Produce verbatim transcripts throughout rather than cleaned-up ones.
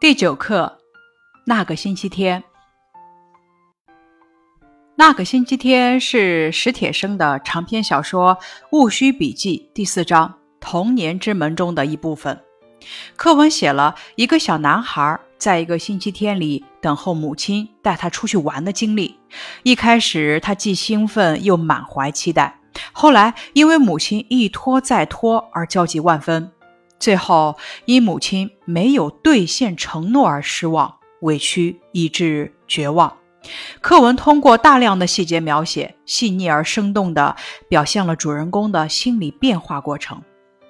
第九课，那个星期天。那个星期天是史铁生的长篇小说《戊戌笔记》第四章童年之门中的一部分。课文写了一个小男孩在一个星期天里等候母亲带他出去玩的经历。一开始他既兴奋又满怀期待，后来因为母亲一拖再拖而焦急万分，最后因母亲没有兑现承诺而失望、委屈以致绝望。课文通过大量的细节描写，细腻而生动地表现了主人公的心理变化过程。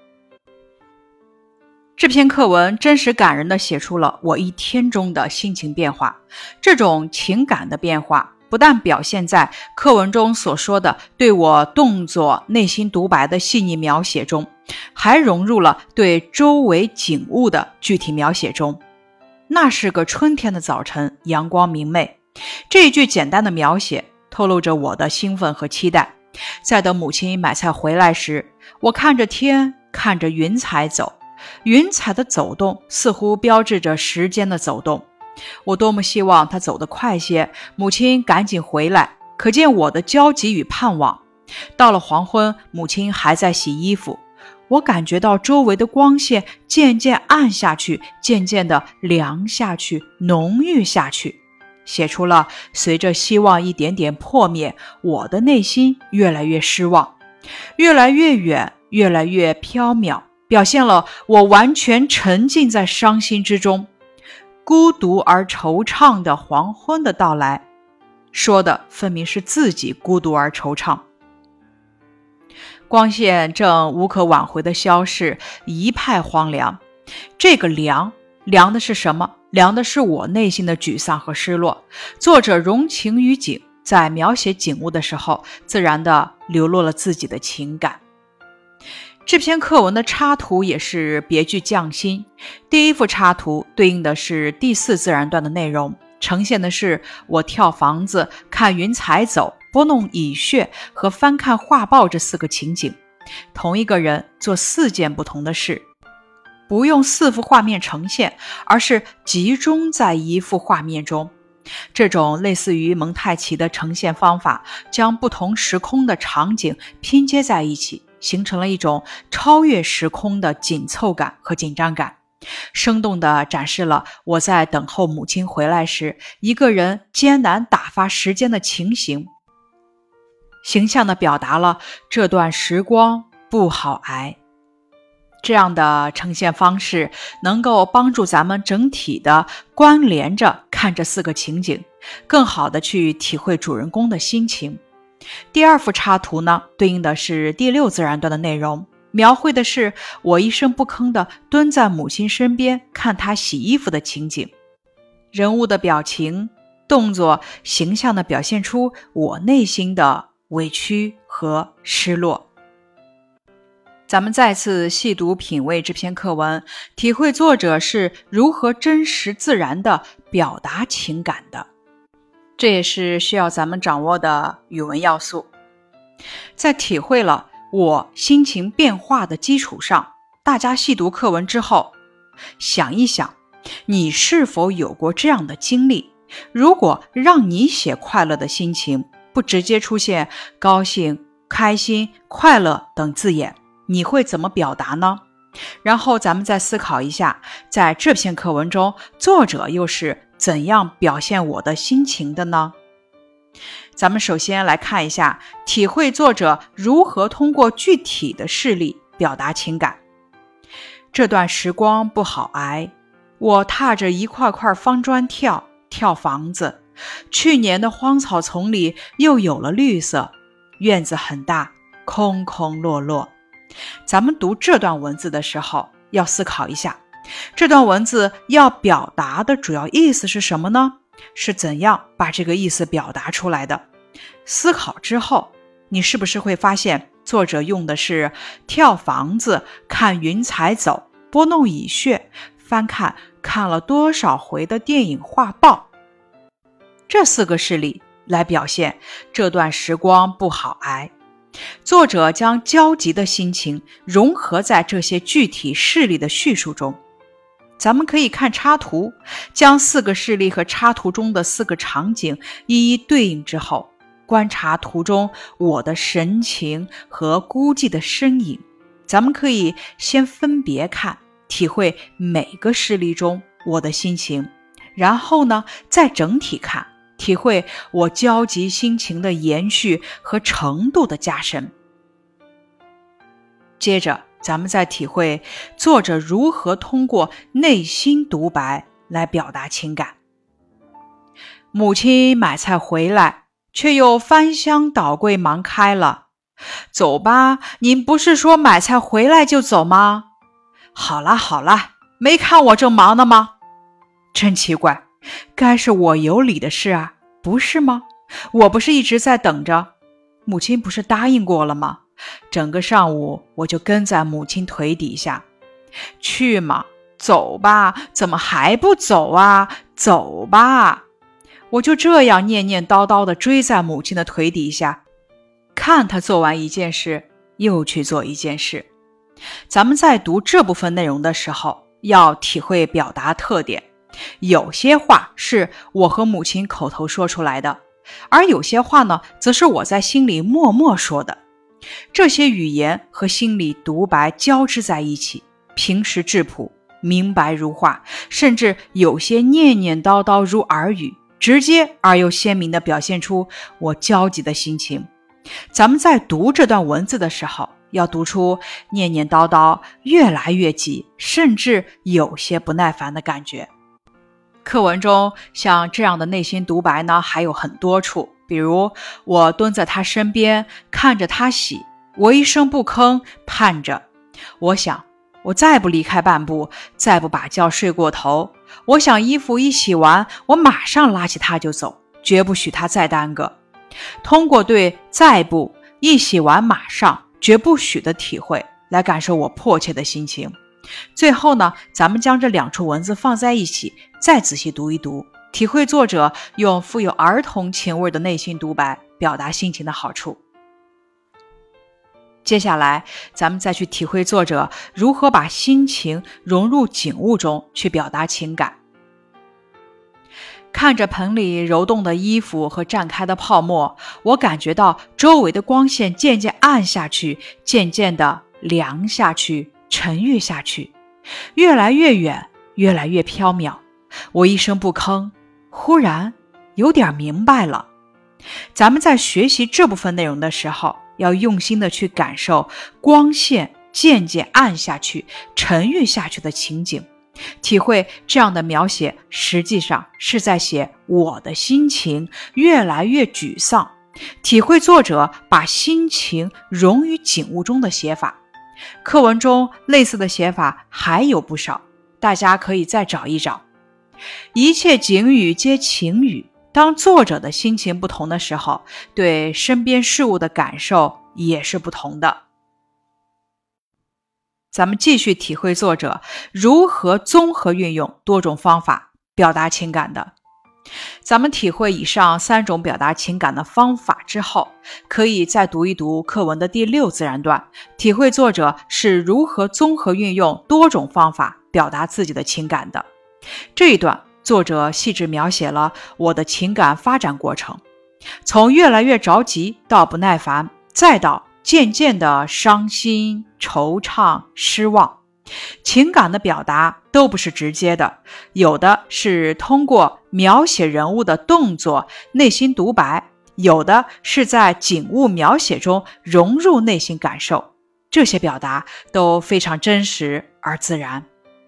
这篇课文真实感人地写出了我一天中的心情变化。这种情感的变化不但表现在课文中所说的对我动作、内心独白的细腻描写中，还融入了对周围景物的具体描写中。那是个春天的早晨，阳光明媚。这一句简单的描写透露着我的兴奋和期待。在等母亲买菜回来时，我看着天，看着云彩走，云彩的走动似乎标志着时间的走动。我多么希望它走得快些，母亲赶紧回来，可见我的焦急与盼望。到了黄昏，母亲还在洗衣服，我感觉到周围的光线渐渐暗下去，渐渐地凉下去，浓郁下去，写出了随着希望一点点破灭，我的内心越来越失望，越来越远，越来越缥缈，表现了我完全沉浸在伤心之中。孤独而惆怅的黄昏的到来，说的分明是自己孤独而惆怅。光线正无可挽回的消逝，一派荒凉。这个凉，凉的是什么？凉的是我内心的沮丧和失落。作者融情于景，在描写景物的时候，自然地流露了自己的情感。这篇课文的插图也是别具匠心。第一幅插图对应的是第四自然段的内容，呈现的是我跳房子、看云彩走、拨弄蚁穴和翻看画报这四个情景。同一个人做四件不同的事，不用四幅画面呈现，而是集中在一幅画面中。这种类似于蒙太奇的呈现方法，将不同时空的场景拼接在一起，形成了一种超越时空的紧凑感和紧张感，生动地展示了我在等候母亲回来时，一个人艰难打发时间的情形，形象地表达了这段时光不好挨。这样的呈现方式能够帮助咱们整体的关联着看这四个情景，更好地去体会主人公的心情。第二幅插图呢，对应的是第六自然段的内容，描绘的是我一声不吭地蹲在母亲身边看她洗衣服的情景。人物的表情、动作形象地表现出我内心的委屈和失落。咱们再次细读品味这篇课文，体会作者是如何真实自然地表达情感的。这也是需要咱们掌握的语文要素。在体会了我心情变化的基础上，大家细读课文之后，想一想，你是否有过这样的经历？如果让你写快乐的心情，不直接出现高兴、开心、快乐等字眼，你会怎么表达呢？然后咱们再思考一下，在这篇课文中，作者又是怎样表现我的心情的呢？咱们首先来看一下，体会作者如何通过具体的事例表达情感。这段时光不好挨，我踏着一块块方砖跳，跳房子。去年的荒草丛里又有了绿色，院子很大，空空落落。咱们读这段文字的时候，要思考一下，这段文字要表达的主要意思是什么呢？是怎样把这个意思表达出来的？思考之后，你是不是会发现作者用的是跳房子、看云彩走、拨弄蚁穴、翻看看了多少回的电影画报，这四个事例来表现这段时光不好挨。作者将焦急的心情融合在这些具体事例的叙述中。 咱们可以看插图，将四个事例和插图中的四个场景一一对应之后，观察图中我的神情和估计的身影。咱们可以先分别看，体会每个事例中我的心情，然后呢，再整体看，体会我焦急心情的延续和程度的加深。接着咱们再体会作者如何通过内心独白来表达情感。母亲买菜回来，却又翻箱倒柜忙开了。走吧，您不是说买菜回来就走吗？好啦好啦，没看我正忙呢吗？真奇怪，该是我有理的事啊，不是吗？我不是一直在等着，母亲不是答应过了吗？整个上午我就跟在母亲腿底下。去嘛，走吧，怎么还不走啊？走吧。我就这样念念叨叨地追在母亲的腿底下，看她做完一件事又去做一件事。咱们在读这部分内容的时候，要体会表达特点。有些话是我和母亲口头说出来的，而有些话呢，则是我在心里默默说的。这些语言和心理独白交织在一起，平实质朴，明白如画，甚至有些念念叨叨如耳语，直接而又鲜明地表现出我焦急的心情。咱们在读这段文字的时候，要读出念念叨叨越来越急，甚至有些不耐烦的感觉。课文中像这样的内心独白呢，还有很多处，比如我蹲在他身边，看着他洗，我一声不吭，盼着。我想，我再不离开半步，再不把觉睡过头，我想衣服一洗完，我马上拉起他就走，绝不许他再耽搁。通过对再不、一洗完马上、绝不许的体会，来感受我迫切的心情。最后呢，咱们将这两处文字放在一起，再仔细读一读，体会作者用富有儿童情味的内心独白表达心情的好处。接下来咱们再去体会作者如何把心情融入景物中去表达情感。看着盆里揉动的衣服和绽开的泡沫，我感觉到周围的光线渐渐暗下去，渐渐地凉下去，沉郁下去，越来越远，越来越飘渺。我一声不吭，忽然有点明白了。咱们在学习这部分内容的时候，要用心地去感受光线渐渐暗下去、沉郁下去的情景，体会这样的描写实际上是在写我的心情越来越沮丧，体会作者把心情融于景物中的写法。课文中类似的写法还有不少，大家可以再找一找。一切景语皆情语，当作者的心情不同的时候，对身边事物的感受也是不同的。咱们继续体会作者如何综合运用多种方法表达情感的。咱们体会以上三种表达情感的方法之后，可以再读一读课文的第六自然段，体会作者是如何综合运用多种方法表达自己的情感的。这一段作者细致描写了我的情感发展过程，从越来越着急到不耐烦，再到渐渐的伤心、惆怅、失望。情感的表达都不是直接的，有的是通过描写人物的动作、内心独白，有的是在景物描写中融入内心感受，这些表达都非常真实而自然。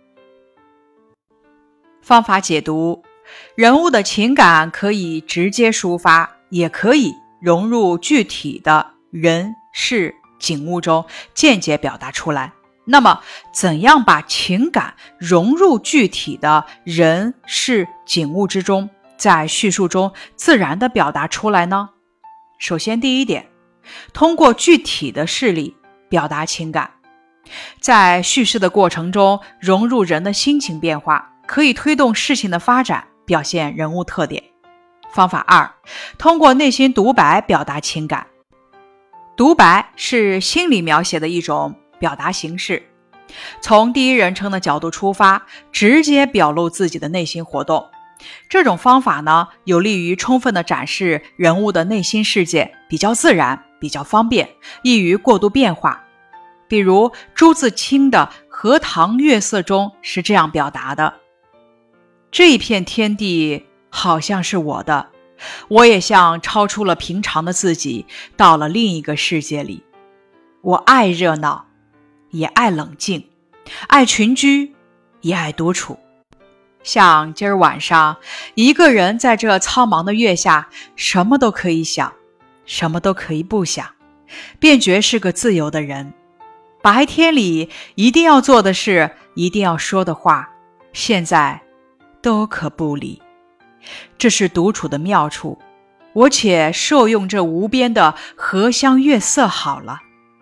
方法解读：人物的情感可以直接抒发，也可以融入具体的人、事、景物中间接表达出来。那么怎样把情感融入具体的人、事、景物之中，在叙述中自然地表达出来呢？首先第一点，通过具体的事例表达情感。在叙事的过程中融入人的心情变化，可以推动事情的发展，表现人物特点。方法二，通过内心独白表达情感。独白是心理描写的一种表达形式， 从第一人称的角度出发，直接表露自己的内心活动。这种方法呢，有利于充分地展示人物的内心世界，比较自然，比较方便，易于过度变化。比如朱自清的《荷塘月色》中是这样表达的：这一片天地好像是我的，我也像超出了平常的自己，到了另一个世界里。我爱热闹，也爱冷静，爱群居，也爱独处。像今儿晚上，一个人在这苍茫的月下，什么都可以想，什么都可以不想，便觉是个自由的人。白天里一定要做的事，一定要说的话，现在都可不理。这是独处的妙处，我且受用这无边的荷香月色好了。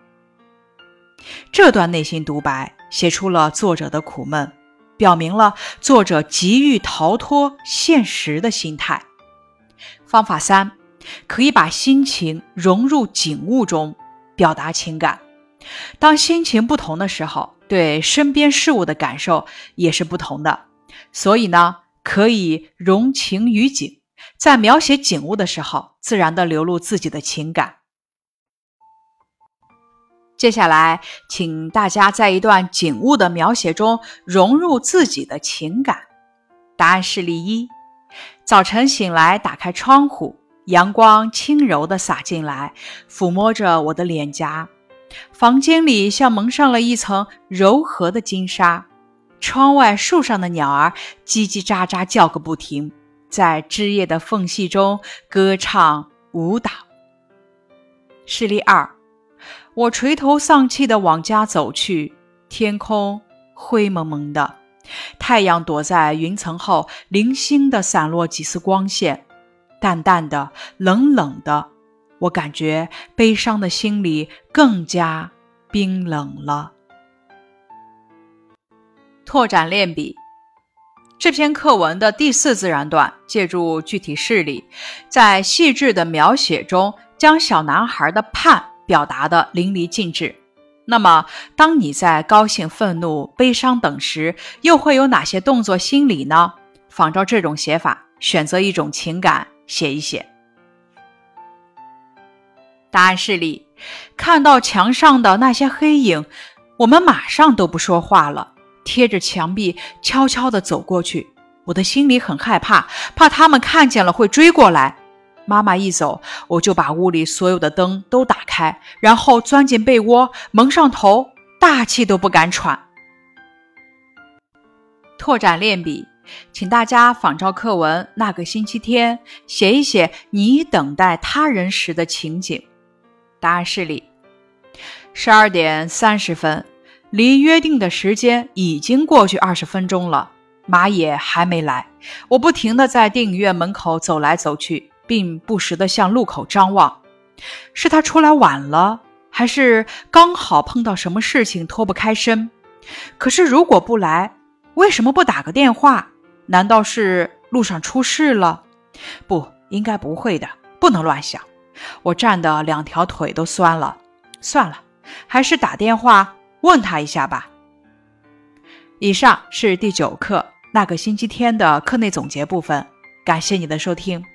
这段内心独白写出了作者的苦闷，表明了作者急于逃脱现实的心态。方法三，可以把心情融入景物中，表达情感。当心情不同的时候，对身边事物的感受也是不同的。所以呢，可以融情于景，在描写景物的时候，自然地流露自己的情感。接下来，请大家在一段景物的描写中融入自己的情感。答案是例一：早晨醒来，打开窗户，阳光轻柔地洒进来，抚摸着我的脸颊。房间里像蒙上了一层柔和的金纱，窗外树上的鸟儿叽叽喳喳叫个不停，在枝叶的缝隙中歌唱舞蹈。事例二：我垂头丧气地往家走去，天空灰蒙蒙的，太阳躲在云层后，零星地散落几丝光线，淡淡的，冷冷的，我感觉悲伤的心里更加冰冷了。拓展练笔。这篇课文的第四自然段借助具体事例，在细致的描写中将小男孩的盼表达得淋漓尽致。那么当你在高兴、愤怒、悲伤等时，又会有哪些动作心理呢？仿照这种写法，选择一种情感写一写。答案是例：看到墙上的那些黑影，我们马上都不说话了，贴着墙壁悄悄地走过去。我的心里很害怕，怕他们看见了会追过来。妈妈一走，我就把屋里所有的灯都打开，然后钻进被窝，蒙上头，大气都不敢喘。拓展练笔，请大家仿照课文那个星期天，写一写你等待他人时的情景。答案是例：十二点三十分，离约定的时间已经过去二十分钟了，马野还没来。我不停地在电影院门口走来走去，并不时地向路口张望。是他出来晚了，还是刚好碰到什么事情脱不开身？可是如果不来，为什么不打个电话？难道是路上出事了？不，应该不会的，不能乱想。我站得两条腿都酸了，算了，还是打电话问他一下吧。以上是第九课那个星期天的课内总结部分，感谢你的收听。